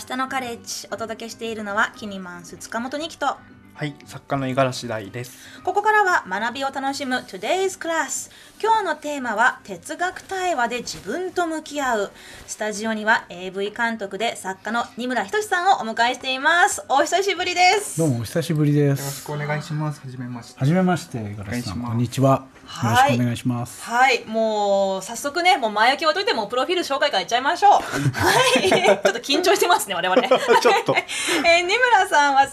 日のカレッジ、お届けしているのはキニマンス塚本二希と、 はい、作家の五十嵐大です。 ここからは学びを楽しむ Today's Class。 今日のテーマは哲学対話で自分と向き合う。スタジオには AV 監督で作家の二村仁さんをお迎えしています。お久しぶりです。 どうもお久しぶりです。 よろしくお願いします。はじめまして。 はじめまして、五十嵐さん、こんにちは。よろしくお願いします。 はい、もう早速ね、もう前置きを置いといてもプロフィール紹介からいっちゃいましょう。はい、ちょっと緊張してますね我々。ちょっと二村さんは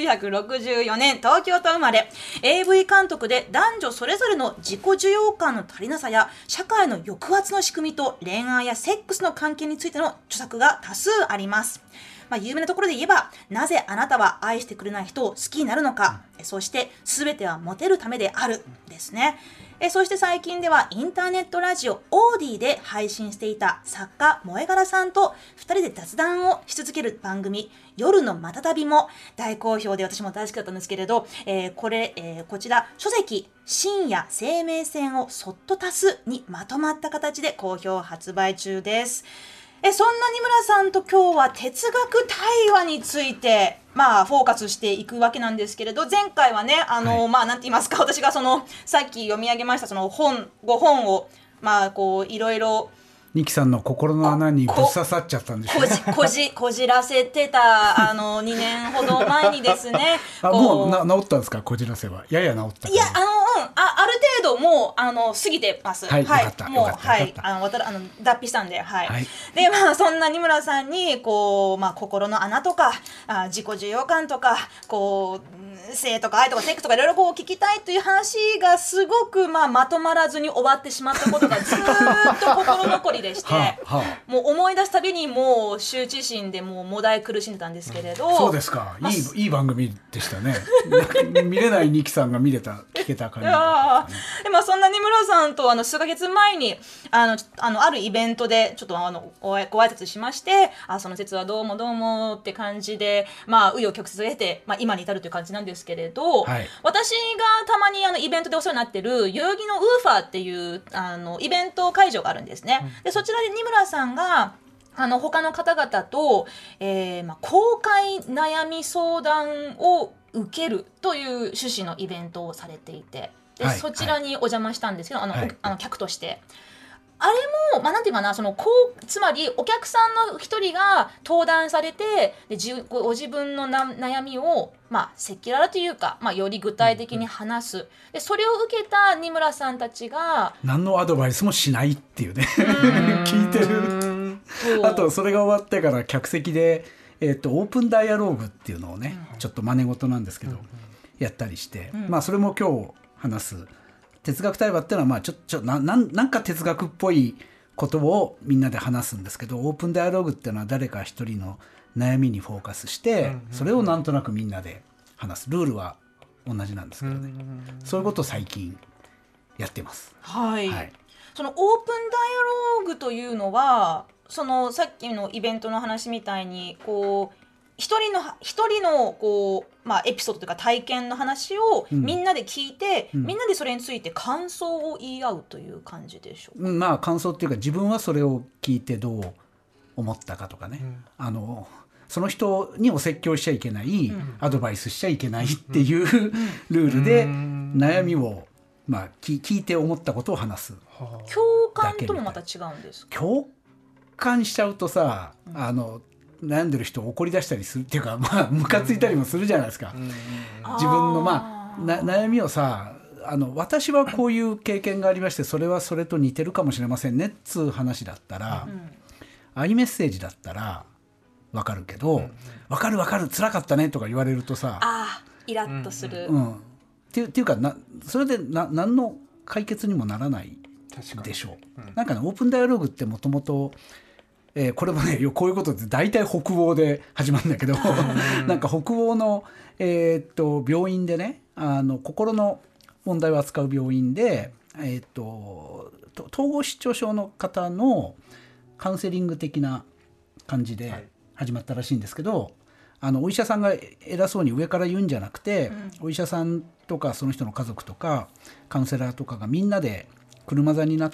1964年東京と生まれ、 AV 監督で男女それぞれの自己需要感の足りなさや社会の抑圧の仕組みと恋愛やセックスの関係についての著作が多数あります。有名なところで言えば、なぜあなたは愛してくれない人を好きになるのか、そして全てはモテるためであるですね。そして最近ではインターネットラジオオーディで配信していた作家萌柄さんと2人で雑談をし続ける番組夜のまたたびも大好評で、私も大好きだったんですけれど、こちら書籍深夜生命線をそっと足すにまとまった形で好評発売中です。そんな二村さんと今日は哲学対話についてフォーカスしていくわけなんですけれど、前回はねなんて言いますか、私がさっき読み上げましたご本をこういろいろ二希さんの心の穴にぶっ刺さっちゃったんでしょうね。 こじらせてた2年ほど前にですねもう治ったんですか？こじらせはやや治った。 いやある程度もう過ぎてます。 はい、よかった。 もう脱皮したんで、でそんな二村さんに心の穴とか自己需要感とか性とか愛とかセックスとかいろいろ聞きたいという話がすごくまとまらずに終わってしまったことがずっと心残りでしてもう思い出すたびにもう羞恥心でもうもだえ苦しんでたんですけれど、 そうですか、いい番組でしたね。見れない二希さんが聞けた感じだったね。でそんな二村さんと数ヶ月前にあるイベントでちょっとご挨拶しまして、その説はどうもどうもって感じで紆余曲折を経て、今に至るという感じなんですけれど、私がたまにイベントでお世話になってる代々木のウーファーっていうイベント会場があるんですね。でそちらで二村さんが他の方々と、公開悩み相談を受けるという趣旨のイベントをされていて、でそちらにお邪魔したんですけど、客として。あれも、なんていうかな、つまりお客さんの一人が登壇されて、でご自分の悩みを赤裸々というか、より具体的に話す。でそれを受けた二村さんたちが何のアドバイスもしないっていうね聞いてる。あとそれが終わってから客席で、オープンダイアローグっていうのをね、ちょっと真似事なんですけど、やったりして、それも今日話す哲学対話っていうのはなんか哲学っぽいことをみんなで話すんですけど、オープンダイアローグっていうのは誰か一人の悩みにフォーカスして、それをなんとなくみんなで話す。ルールは同じなんですけどね、そういうことを最近やってます。そのオープンダイアローグというのはさっきのイベントの話みたいに一人のエピソードというか体験の話をみんなで聞いて、みんなでそれについて感想を言い合うという感じでしょうか。 感想っていうか、自分はそれを聞いてどう思ったかとかね、その人にお説教しちゃいけない、アドバイスしちゃいけないっていうルールで悩みを聞いて思ったことを話す。 共感ともまた違うんですか？ 共感しちゃうとさ、悩んでる人を怒り出したりするっていうか、ムカついたりもするじゃないですか。自分の悩みをさ、私はこういう経験がありまして、それはそれと似てるかもしれませんねっつう話だったら、アイメッセージだったら分かるけど、分かる辛かったねとか言われるとさ、 イラッとする、 っていうかそれで何の解決にもならないでしょう。なんかね、オープンダイアローグってもともとこれもね、こういうことって大体北欧で始まるんだけどなんか北欧の、病院でね、心の問題を扱う病院で、統合失調症の方のカウンセリング的な感じで始まったらしいんですけど、お医者さんが偉そうに上から言うんじゃなくて、お医者さんとかその人の家族とかカウンセラーとかがみんなで車座になって、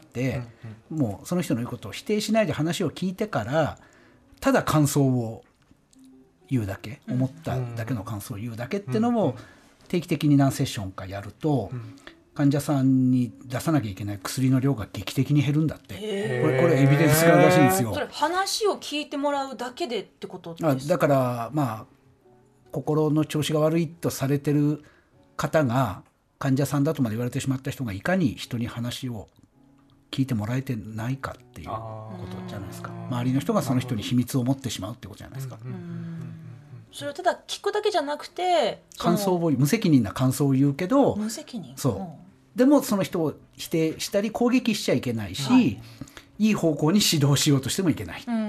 もうその人の言うことを否定しないで話を聞いてから、ただ感想を言うだけ、思っただけの感想を言うだけっていうのも定期的に何セッションかやると、患者さんに出さなきゃいけない薬の量が劇的に減るんだって。これエビデンスがあるらしいんですよ。 それ話を聞いてもらうだけでってことですか？ だからまあ心の調子が悪いとされてる方が患者さんだとまで言われてしまった人がいかに人に話を聞いてもらえてないかっていうことじゃないですか。周りの人がその人に秘密を持ってしまうってことじゃないですか。 それをただ聞くだけじゃなくて感想を無責任な感想を言うけど、 無責任でもその人を否定したり攻撃しちゃいけないし、いい方向に指導しようとしてもいけないっていう、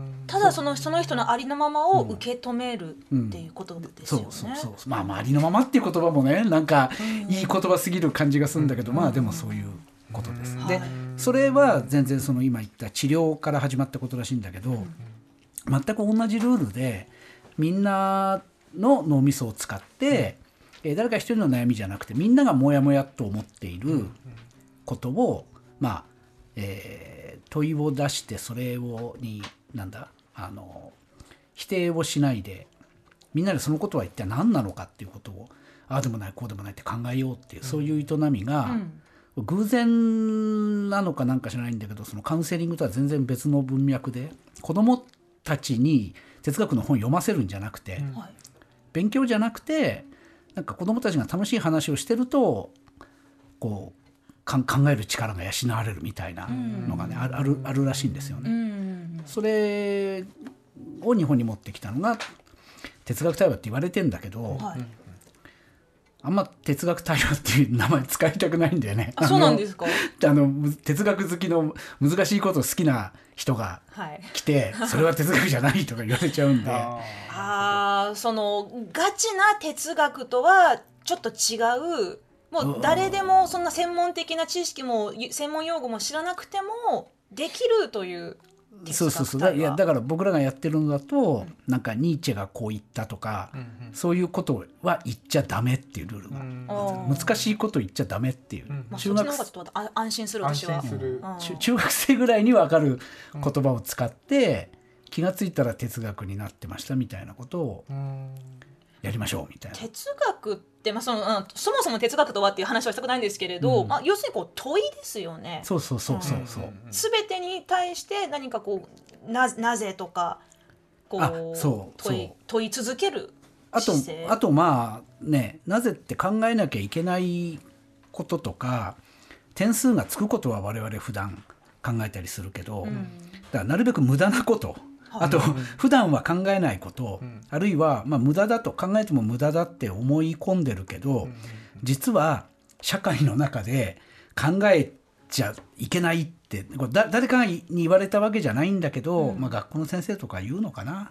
ただその人のありのままを受け止めるっていうことですよね。 まあありのままっていう言葉もねなんかいい言葉すぎる感じがするんだけど、まあでもそういうことです。でそれは全然その今言った治療から始まったことらしいんだけど、全く同じルールでみんなの脳みそを使って誰か一人の悩みじゃなくてみんながモヤモヤと思っていることを問いを出してそれを否定をしないでみんなでそのことは一体何なのかっていうことをああでもないこうでもないって考えようっていうそういう営みが偶然なのかなんか知らないんだけど、そのカウンセリングとは全然別の文脈で子どもたちに哲学の本読ませるんじゃなくて、勉強じゃなくてなんか子どもたちが楽しい話をしてるとこう考える力が養われるみたいなのがね、あるらしいんですよね。それを日本に持ってきたのが哲学対話って言われてんだけど、あんま哲学対話っていう名前使いたくないんだよね。 そうなんですか？ 哲学好きの難しいこと好きな人が来て、それは哲学じゃないとか言われちゃうんでそのガチな哲学とはちょっと違う、もう誰でもそんな専門的な知識も専門用語も知らなくてもできるという哲学対話。 だから僕らがやってるのだと、なんかニーチェがこう言ったとか、そういうことは言っちゃダメっていうルールが、難しいこと言っちゃダメっていう、 中学生と安心する私は中学生ぐらいに分かる言葉を使って、気がついたら哲学になってましたみたいなことをやりましょうみたいな。 哲学ってそもそも哲学とはっていう話はしたくないんですけれど、要するに問いですよね。 そう全てに対して何かなぜとか問い続ける姿勢。 あとなぜって考えなきゃいけないこととか点数がつくことは我々普段考えたりするけど、だからなるべく無駄なこと、あと普段は考えないこと、あるいは無駄だと考えても無駄だって思い込んでるけど、実は社会の中で考えちゃいけないって誰かに言われたわけじゃないんだけど、学校の先生とか言うのかな。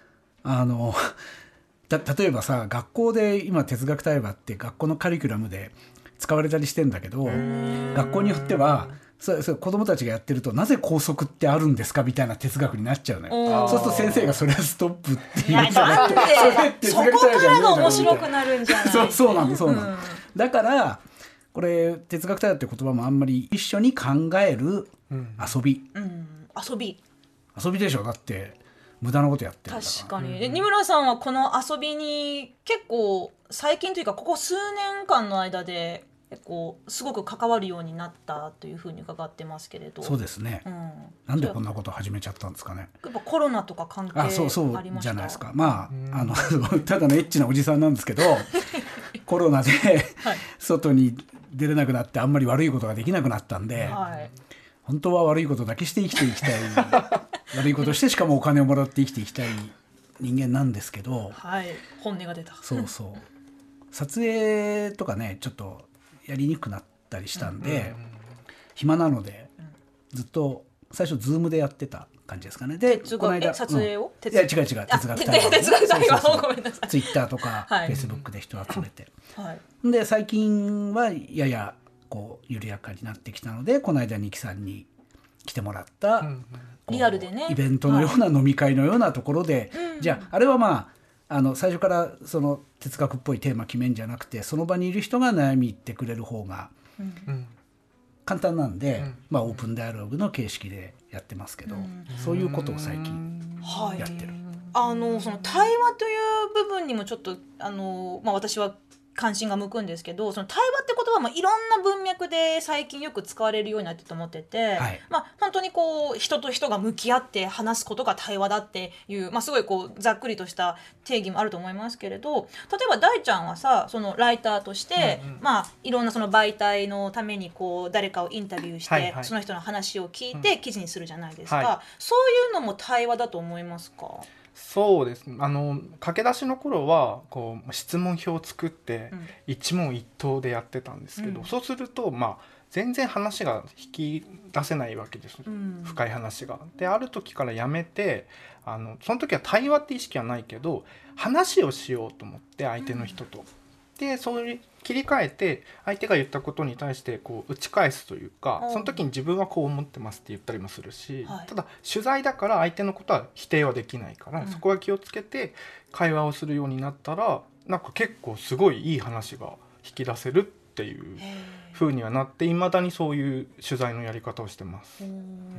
例えばさ、学校で今哲学対話って学校のカリキュラムで使われたりしてんだけど、学校によっては子供たちがやってるとなぜ校則ってあるんですかみたいな哲学になっちゃうのよ。そうすると先生がそれはストップって言うんじゃなくて、 そこからが面白くなるんじゃない。 そうなの。だからこれ哲学対話って言葉もあんまり一緒に考える遊び、遊びでしょ。だって無駄なことやってるんだから。 確かに。で二村さんはこの遊びに結構最近というかここ数年間の間で結構すごく関わるようになったというふうに伺ってますけれど。 そうですね、なんでこんなこと始めちゃったんですかね。 やっぱコロナとか関係ありました？ そうじゃないですか。ただのエッチなおじさんなんですけどコロナで外に出れなくなってあんまり悪いことができなくなったんで、本当は悪いことだけして生きていきたい悪いことしてしかもお金をもらって生きていきたい人間なんですけど、 本音が出た。 撮影とかねちょっとやりにくくなったりしたんで、暇なのでずっと最初Zoomでやってた感じですかね。でこの間撮影を、 違う哲学対話、ごめんなさい。Twitter とか Facebook で人を集めて、で最近はやや緩やかになってきたので、この間二木さんに来てもらった、 リアルでねイベントのような飲み会のようなところで、じゃああれは最初からその哲学っぽいテーマ決めんじゃなくて、その場にいる人が悩み言ってくれる方が簡単なんで、オープンダイアログの形式でやってますけど、そういうことを最近やってる。 その対話という部分にもちょっと私は関心が向くんですけど、その対話って言葉もいろんな文脈で最近よく使われるようになってると思ってて、 はい、 本当にこう人と人が向き合って話すことが対話だっていう、すごいこうざっくりとした定義もあると思いますけれど、例えば大ちゃんはさ、そのライターとして、いろんなその媒体のためにこう誰かをインタビューして、その人の話を聞いて記事にするじゃないですか、そういうのも対話だと思いますか？ そうですね、駆け出しの頃はこう質問票を作って一問一答でやってたんですけど、そうすると全然話が引き出せないわけです、深い話が。である時からやめて、その時は対話って意識はないけど話をしようと思って、相手の人と、でそういう切り替えて相手が言ったことに対してこう打ち返すというか、その時に自分はこう思ってますって言ったりもするし、ただ取材だから相手のことは否定はできないから、そこは気をつけて会話をするようになったら、なんか結構すごいいい話が引き出せるっていう風にはなって、いまだにそういう取材のやり方をしてます。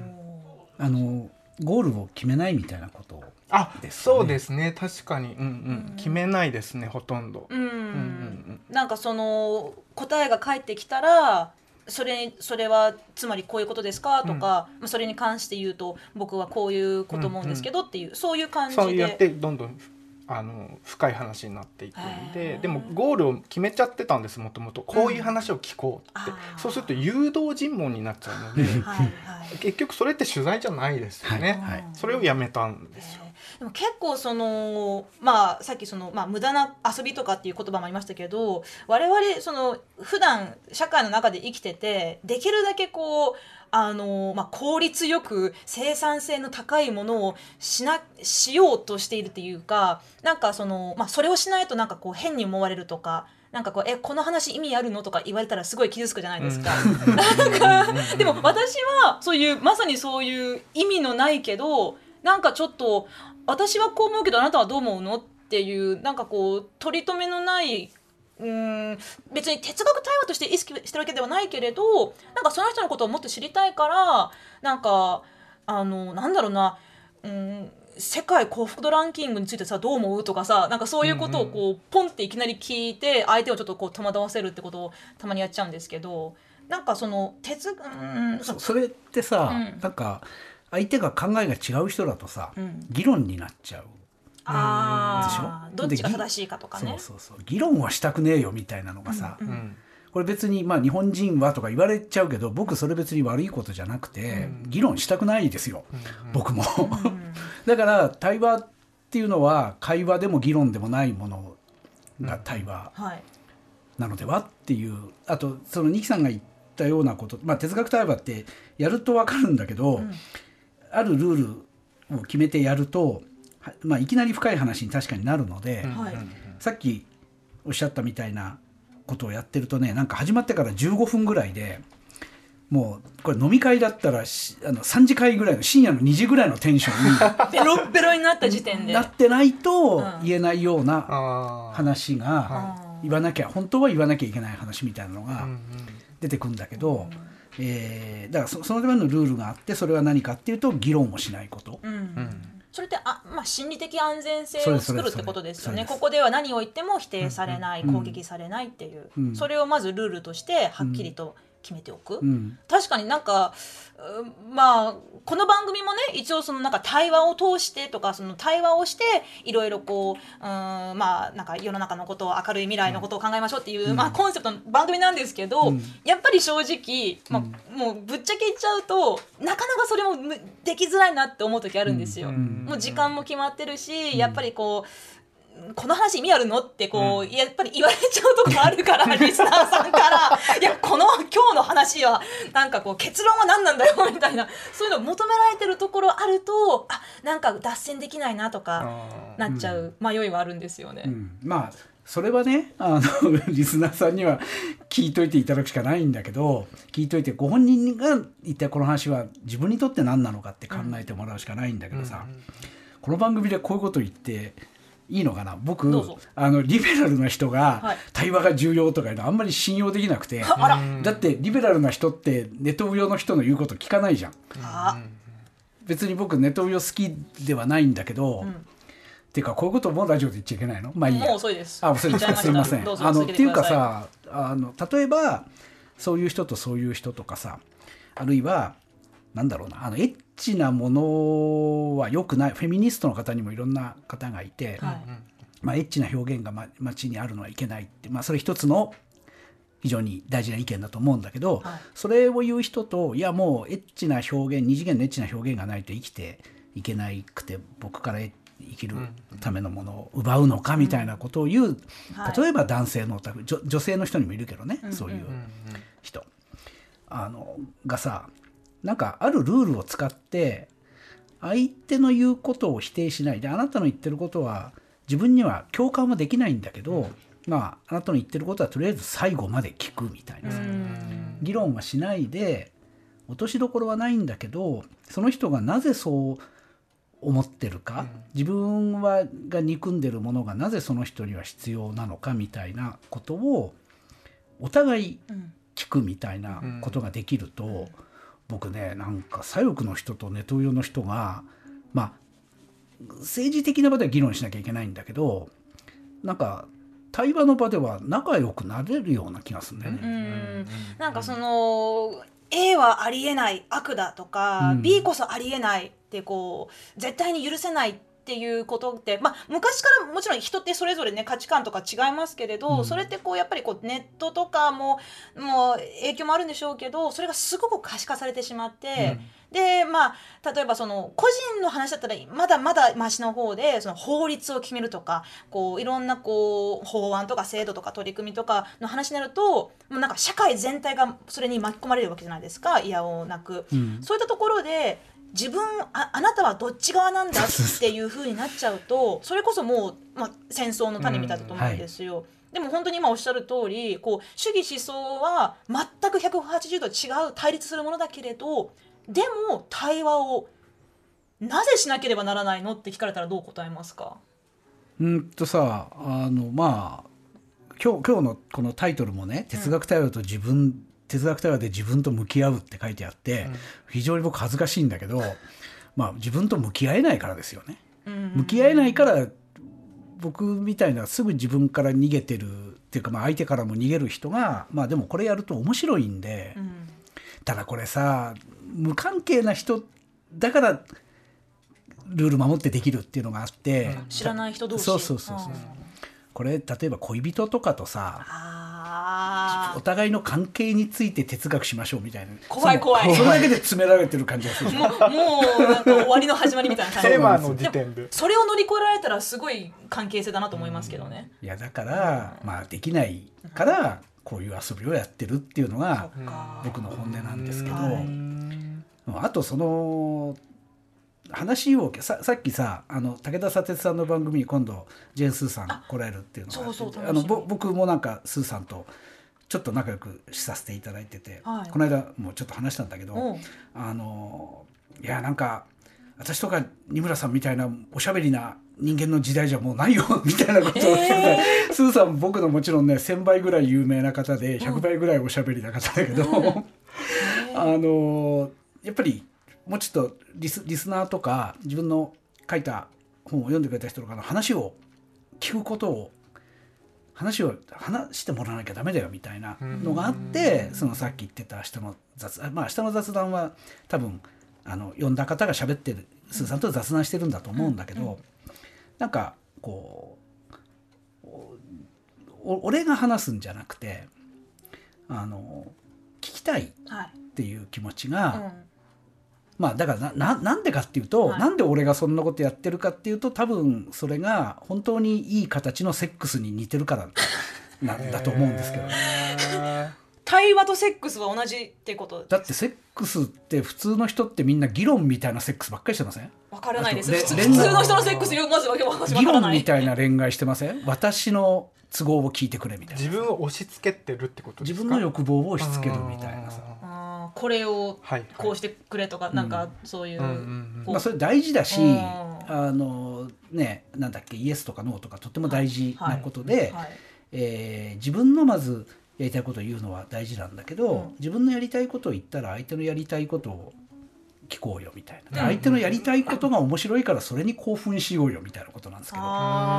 ゴールを決めないみたいなことですかね。 そうですね、確かに、決めないですね、ほとんど。 なんかその答えが返ってきたら、それはつまりこういうことですかとか、それに関して言うと僕はこういうこと思うんですけどっていう、そういう感じでそうやってどんどん深い話になっていくんで、でもゴールを決めちゃってたんです、もともと。こういう話を聞こうって、そうすると誘導尋問になっちゃうので結局それって取材じゃないですよね、それをやめたんですよ。 でも結構そのさっきその無駄な遊びとかっていう言葉もありましたけど、我々その普段社会の中で生きてて、できるだけこう効率よく生産性の高いものをしようとしているっていうか、なんかそのそれをしないとなんかこう変に思われるとか、なんかこうこの話意味あるのとか言われたらすごい傷つくじゃないですか。なんかでも私はそういうまさにそういう意味のないけど、なんかちょっと私はこう思うけどあなたはどう思うのっていう、なんかこう取り留めのない別に哲学対話として意識してるわけではないけれど、なんかその人のことをもっと知りたいから、なんかなんだろうな、世界幸福度ランキングについてさどう思うとかさ、なんかそういうことをこうポンっていきなり聞いて相手をちょっとこう戸惑わせるってことをたまにやっちゃうんですけど、なんかそのそれってさ、なんか相手が考えが違う人だとさ、議論になっちゃうでしょ。 どっちが正しいかとかね。 そう議論はしたくねえよみたいなのがさ、これ別に日本人はとか言われちゃうけど、僕それ別に悪いことじゃなくて、議論したくないですよ、僕もだから対話っていうのは会話でも議論でもないものが対話なのではっていう。あとその二木さんが言ったようなこと、哲学対話ってやると分かるんだけど、あるルールを決めてやると、いきなり深い話に確かになるので、さっきおっしゃったみたいなことをやってるとね、なんか始まってから15分ぐらいでもうこれ飲み会だったら3時会ぐらいの深夜の2時ぐらいのテンションにベロベロになった時点でなってないと言えないような話が本当は言わなきゃいけない話みたいなのが出てくるんだけど、だからそのためのルールがあって、それは何かっていうと議論をしないこと、 それって心理的安全性を作るってことですよね。ここでは何を言っても否定されない、攻撃されないっていう、それをまずルールとしてはっきりと決めておく、確かになんかこの番組もね、一応そのなんか対話を通してとか、その対話をしていろいろこうなんか世の中のことを、明るい未来のことを考えましょうっていう、コンセプトの番組なんですけど、やっぱり正直、もうぶっちゃけ言っちゃうとなかなかそれもできづらいなって思う時あるんですよ。もう時間も決まってるし、やっぱりこの話意味あるのってこう、やっぱり言われちゃうところあるからリスナーさんからいや今日の話はなんかこう結論は何なんだよみたいな、そういうのを求められてるところあると、なんか脱線できないなとかなっちゃう迷いはあるんですよね。 それはね、リスナーさんには聞いといていただくしかないんだけど、聞いといてご本人が一体この話は自分にとって何なのかって考えてもらうしかないんだけどさ、この番組でこういうこと言っていいのかな。僕リベラルな人が対話が重要とかいうのはあんまり信用できなくて、だってリベラルな人ってネトウヨの人の言うこと聞かないじゃん。別に僕ネトウヨ好きではないんだけど、 っていうかこういうこともラジオで言っちゃいけないの？まあいいや。 もう遅いです。 遅いですか。すいません。っていうかさ、例えばそういう人とそういう人とかさ、あるいはなんだろうな、エッチなものは良くない。フェミニストの方にもいろんな方がいて、 はい、 まあエッチな表現が街にあるのはいけないって、まあそれ一つの非常に大事な意見だと思うんだけど、 はい、 それを言う人と、いやもうエッチな表現、二次元のエッチな表現がないと生きていけなくて、僕から生きるためのものを奪うのかみたいなことを言う、例えば男性のオタク、女性の人にもいるけどね、そういう人がさ、なんかあるルールを使って相手の言うことを否定しないで、あなたの言ってることは自分には共感はできないんだけど、まああなたの言ってることはとりあえず最後まで聞くみたいなさ、議論はしないで、落としどころはないんだけど、その人がなぜそう思ってるか、自分が憎んでるものがなぜその人には必要なのかみたいなことをお互い聞くみたいなことができると、僕ね、なんか左翼の人とネトウヨの人が、まあ政治的な場では議論しなきゃいけないんだけど、なんか対話の場では仲良くなれるような気がするんだよね。 なんかその A はありえない悪だとか、B こそありえないってこう絶対に許せないっていうことって、まあ、昔からもちろん人ってそれぞれね価値観とか違いますけれど、それってこうやっぱりこうネットとかも影響もあるんでしょうけど、それがすごく可視化されてしまって、でまあ例えばその個人の話だったらまだまだマシの方で、その法律を決めるとか、こういろんなこう法案とか制度とか取り組みとかの話になると、もうなんか社会全体がそれに巻き込まれるわけじゃないですか、いやおうなく、そういったところで自分 あなたはどっち側なんだっていう風になっちゃうと、それこそもう、戦争の種みたいだと思うんですよ。でも本当に今おっしゃる通り、こう主義思想は全く180度違う対立するものだけれど、でも対話をなぜしなければならないのって聞かれたらどう答えますか？ さ、まあ今日のこのタイトルもね、哲学対話と哲学対話で自分と向き合うって書いてあって、非常に僕恥ずかしいんだけど、まあ自分と向き合えないからですよね。向き合えないから僕みたいなすぐ自分から逃げてるっていうか、まあ相手からも逃げる人が、まあでもこれやると面白いんで、ただこれさ、無関係な人だからルール守ってできるっていうのがあって、 知らない人同士、 そうこれ例えば恋人とかとさ、お互いの関係について哲学しましょうみたいな、 怖いそれだけで詰められてる感じがする。 もうなんか終わりの始まりみたいな感じテーマの時点でそれを乗り越えられたらすごい関係性だなと思いますけどね。 いやだから、まあできないからこういう遊びをやってるっていうのが僕の本音なんですけど、あとその話をさっきさ、武田砂鉄さんの番組に今度ジェーン・スーさん来られるっていうのが、僕もなんかスーさんとちょっと仲良くさせていただいてて、この間もちょっと話したんだけど、いやなんか私とか二村さんみたいなおしゃべりな人間の時代じゃもうないよみたいなことを言ってて、スーさん僕のもちろんね1000倍ぐらい有名な方で100倍ぐらいおしゃべりな方だけど、やっぱりもうちょっとリスナーとか自分の書いた本を読んでくれた人とかの話を聞くことを話してもらわなきゃダメだよみたいなのがあって、そのさっき言ってた明日の雑談は多分読んだ方が喋ってるスーさんと雑談してるんだと思うんだけど、なんかこう俺が話すんじゃなくて聞きたいっていう気持ちが、まあだからなんでかっていうと、なんで俺がそんなことやってるかっていうと、多分それが本当にいい形のセックスに似てるからなんだと思うんですけどね。 対話とセックスは同じってことです。 だってセックスって普通の人ってみんな議論みたいなセックスばっかりしてません？ わからないです。普通の人のセックスまずわけわからない。 議論みたいな恋愛してません？私の都合を聞いてくれみたいな。 自分を押し付けてるってことですか？ 自分の欲望を押し付けるみたいなさ。 これをこうしてくれとか、なんかそういう、 まあそれ大事だし、ね、なんだっけ、イエスとかノーとかとっても大事なことで、自分のまずやりたいことを言うのは大事なんだけど、自分のやりたいことを言ったら相手のやりたいことを聞こうよみたいな、相手のやりたいことが面白いからそれに興奮しようよみたいなことなんですけど、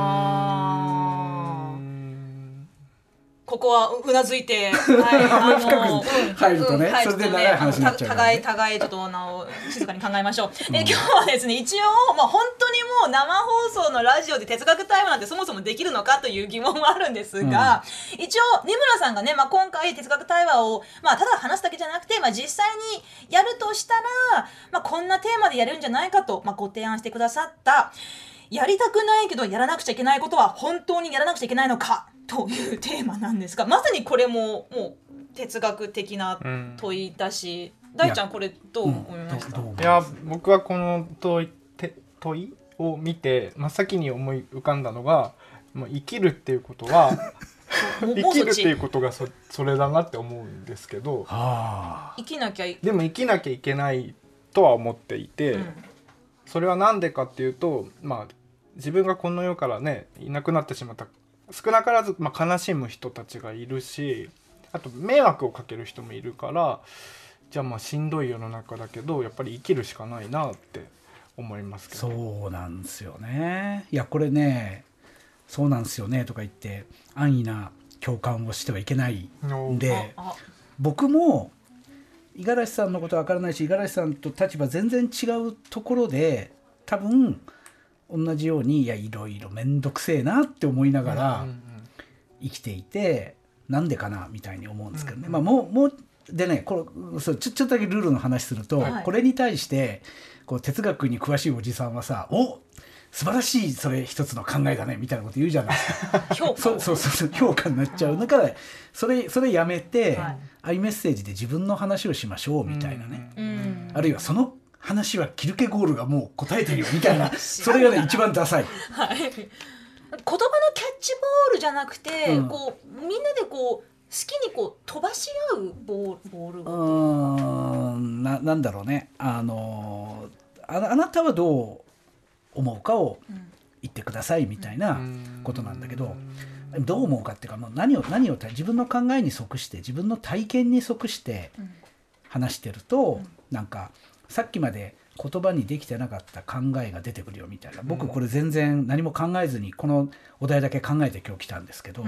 ここはうなずいて、 深く入るとね、それで長い話になっちゃうからね。 互いちょっと静かに考えましょう。今日はですね、一応本当にもう生放送のラジオで哲学対話なんてそもそもできるのかという疑問はあるんですが、一応根村さんがね、今回哲学対話をただ話すだけじゃなくて、実際にやるとしたら、こんなテーマでやるんじゃないかと、ご提案してくださった、やりたくないけどやらなくちゃいけないことは本当にやらなくちゃいけないのかというテーマなんですが、まさにこれもう哲学的な問いだし、大ちゃんこれどう思いました？ いや僕はこの問いを見て真っ先に思い浮かんだのが、もう生きるっていうことは生きるっていうことがそれだなって思うんですけど、でも生きなきゃいけないとは思っていて、それは何でかっていうと、自分がこの世からねいなくなってしまった少なからず、悲しむ人たちがいるし、あと迷惑をかける人もいるから、じゃあしんどい世の中だけどやっぱり生きるしかないなって思いますけど。 そうなんですよね。いやこれね、そうなんですよねとか言って安易な共感をしてはいけないんで、僕も五十嵐さんのことは分からないし、五十嵐さんと立場全然違うところで多分同じようにいろいろ面倒くせえなって思いながら生きていて、なんでかなみたいに思うんですけどね、もうでね、ちょっとだけルールの話すると、これに対して哲学に詳しいおじさんはさ、素晴らしい、それ一つの考えだねみたいなこと言うじゃないですかそう評価になっちゃう。だからそれやめて、iMessage で自分の話をしましょうみたいなね、あるいはその話はキルケゴールがもう答えてるよみたいなそれがね一番ダサい。 言葉のキャッチボールじゃなくて、みんなで好きに飛ばし合うボールなんだろうね、あなたはどう思うかを言ってくださいみたいなことなんだけど、どう思うかっていうか、何を自分の考えに即して自分の体験に即して話してると、なんかさっきまで言葉にできてなかった考えが出てくるよみたいな。僕これ全然何も考えずにこのお題だけ考えて今日来たんですけど、ち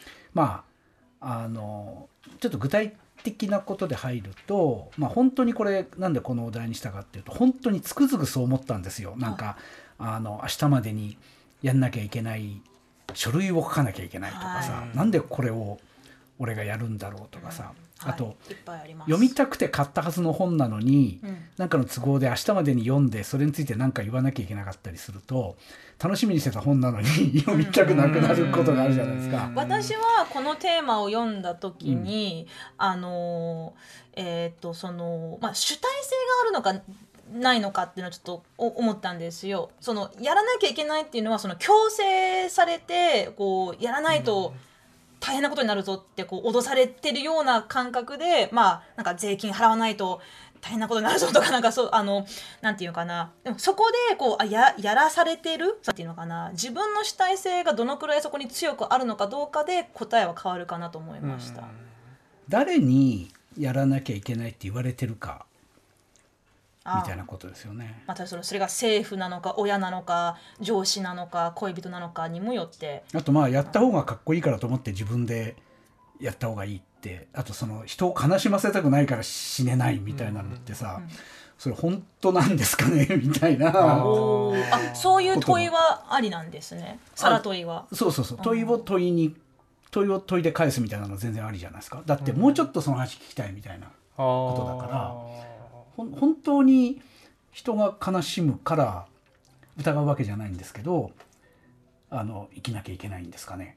ょっと具体的なことで入ると、本当にこれなんでこのお題にしたかっていうと、本当につくづくそう思ったんですよ。なんか明日までにやんなきゃいけない書類を書かなきゃいけないとかさ、なんでこれを俺がやるんだろうとかさ、あと読みたくて買ったはずの本なのに、なんかの都合で明日までに読んでそれについて何か言わなきゃいけなかったりすると、楽しみにしてた本なのに読みたくなくなることがあるじゃないですか。 私はこのテーマを読んだ時に、主体性があるのかないのかっていうのをちょっと思ったんですよ。やらなきゃいけないっていうのは強制されてやらないと大変なことになるぞって脅されてるような感覚で、なんか税金払わないと大変なことになるぞとか、なんかなんていうかな、でもそこでやらされてるっていうのかな、自分の主体性がどのくらいそこに強くあるのかどうかで答えは変わるかなと思いました。 誰にやらなきゃいけないって言われてるかみたいなことですよね。 それが政府なのか親なのか上司なのか恋人なのかにもよって、 あとやった方がかっこいいからと思って自分でやった方がいいって、あと人を悲しませたくないから死ねないみたいなのってさ、それ本当なんですかねみたいな。 そういう問いはありなんですね。さら問いはそう問いを問いで返すみたいなのは全然ありじゃないですか。だってもうちょっとその話聞きたいみたいなことだから、本当に人が悲しむから疑うわけじゃないんですけど、生きなきゃいけないんですかね。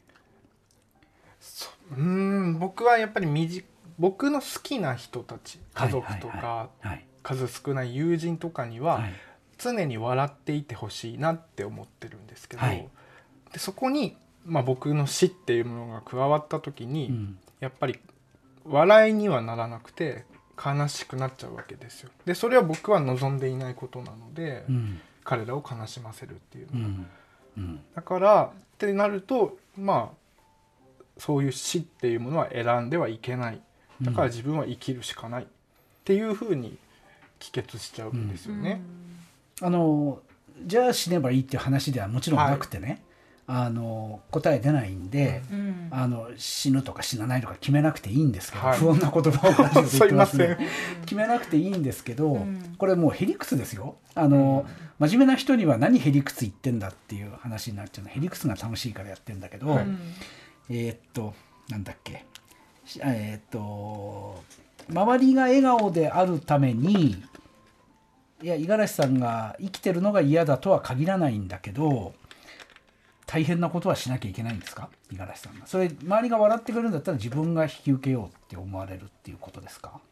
僕はやっぱり僕の好きな人たち、家族とか、数少ない友人とかには常に笑っていてほしいなって思ってるんですけど、でそこに、僕の死っていうものが加わった時に、やっぱり笑いにはならなくて悲しくなっちゃうわけですよ。でそれは僕は望んでいないことなので、彼らを悲しませるっていうのは、だからってなるとそういう死っていうものは選んではいけない、だから自分は生きるしかないっていうふうに帰結しちゃうんですよね。 じゃあ死ねばいいっていう話ではもちろんなくてね、答え出ないんで、死ぬとか死なないとか決めなくていいんですけど、不穏な言葉を言ってますね決めなくていいんですけど、これもうへりくつですよ。真面目な人には何へりくつ言ってんだっていう話になっちゃうの。へりくつが楽しいからやってんだけど、なんだっけ、周りが笑顔であるために、いや五十嵐さんが生きてるのが嫌だとは限らないんだけど、大変なことはしなきゃいけないんですか、五十嵐さんが。それ周りが笑ってくれるんだったら自分が引き受けようって思われるっていうことですか。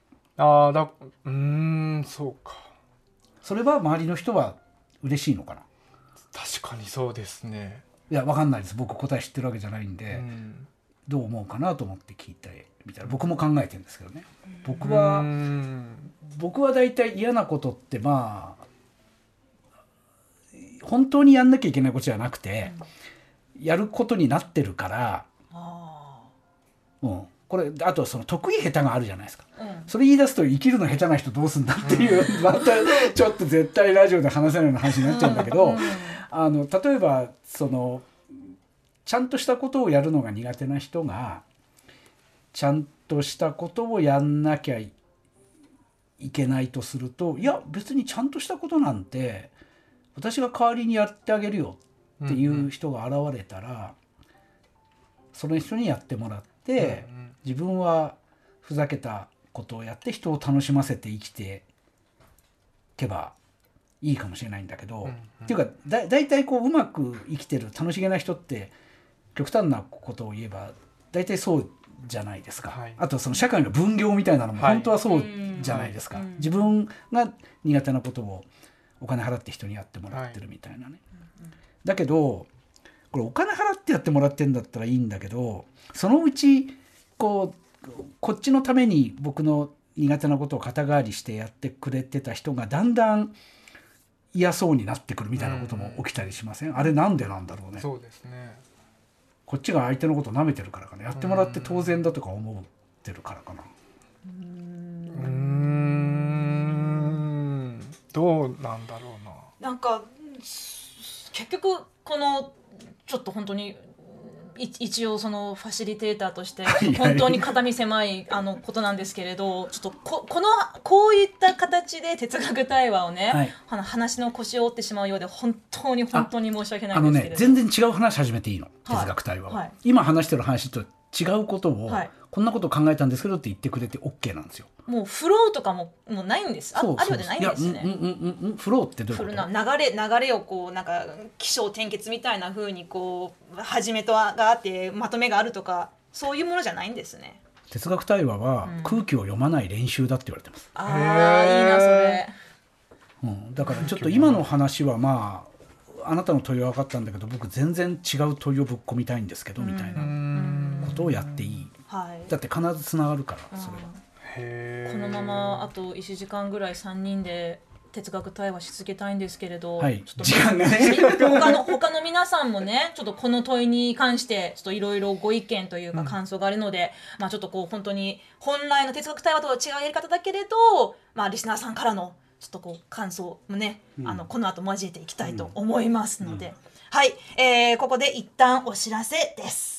そうか。 それは周りの人は嬉しいのかな。 確かにそうですね。 いや分かんないです、僕答え知ってるわけじゃないんで、どう思うかなと思って聞いてみたら、僕も考えてるんですけどね。僕は大体嫌なことってまあ本当にやんなきゃいけないことじゃなくて、やることになってるから、これあとその得意下手があるじゃないですか、それ言い出すと生きるの下手な人どうすんだっていうまたちょっと絶対ラジオで話せないような話になっちゃうんだけど、例えばそのちゃんとしたことをやるのが苦手な人がちゃんとしたことをやんなきゃいけないとすると、いや別にちゃんとしたことなんて私が代わりにやってあげるよっていう人が現れたら、その人にやってもらって、自分はふざけたことをやって人を楽しませて生きていけばいいかもしれないんだけど、っていうかだいたいこううまく生きてる楽しげな人って極端なことを言えばだいたいそうじゃないですか、あとその社会の分業みたいなのも本当はそうじゃないですか、自分が苦手なことをお金払って人にやってもらってるみたいなね、だけどこれお金払ってやってもらってんだったらいいんだけど、そのうちこっちのために僕の苦手なことを肩代わりしてやってくれてた人がだんだん嫌そうになってくるみたいなことも起きたりしません？あれなんでなんだろうね。 そうですね。 こっちが相手のことを舐めてるからかな、やってもらって当然だとか思ってるからかな。 どうなんだろうな。 なんか結局このちょっと本当に一応そのファシリテーターとして本当に肩身狭いことなんですけれど、ちょっとこういった形で哲学対話をね、話の腰を折ってしまうようで本当に申し訳ないんですけれど、 全然違う話始めていいの、哲学対話は、今話してる話と違うことを、こんなことを考えたんですけどって言ってくれて OK なんですよ。 もうフローとかもうないんです。あるようでないんですね。 フローってどういうこと？ 流れをこうなんか起承転結みたいな風にこう始めがあってまとめがあるとかそういうものじゃないんですね。 哲学対話は空気を読まない練習だって言われてます。 いいなそれ。 だからちょっと今の話はまああなたの問いは分かったんだけど、僕全然違う問いをぶっ込みたいんですけどみたいなことをやっていい。だって必ずつながるからそれは。 このままあと1時間ぐらい3人で哲学対話し続けたいんですけれど、 時間がね他の皆さんもねちょっとこの問いに関してちょっといろいろご意見というか感想があるので、ちょっとこう本当に本来の哲学対話とは違うやり方だけれど、リスナーさんからのちょっとこう感想もね、この後交えていきたいと思いますので、ここで一旦お知らせです。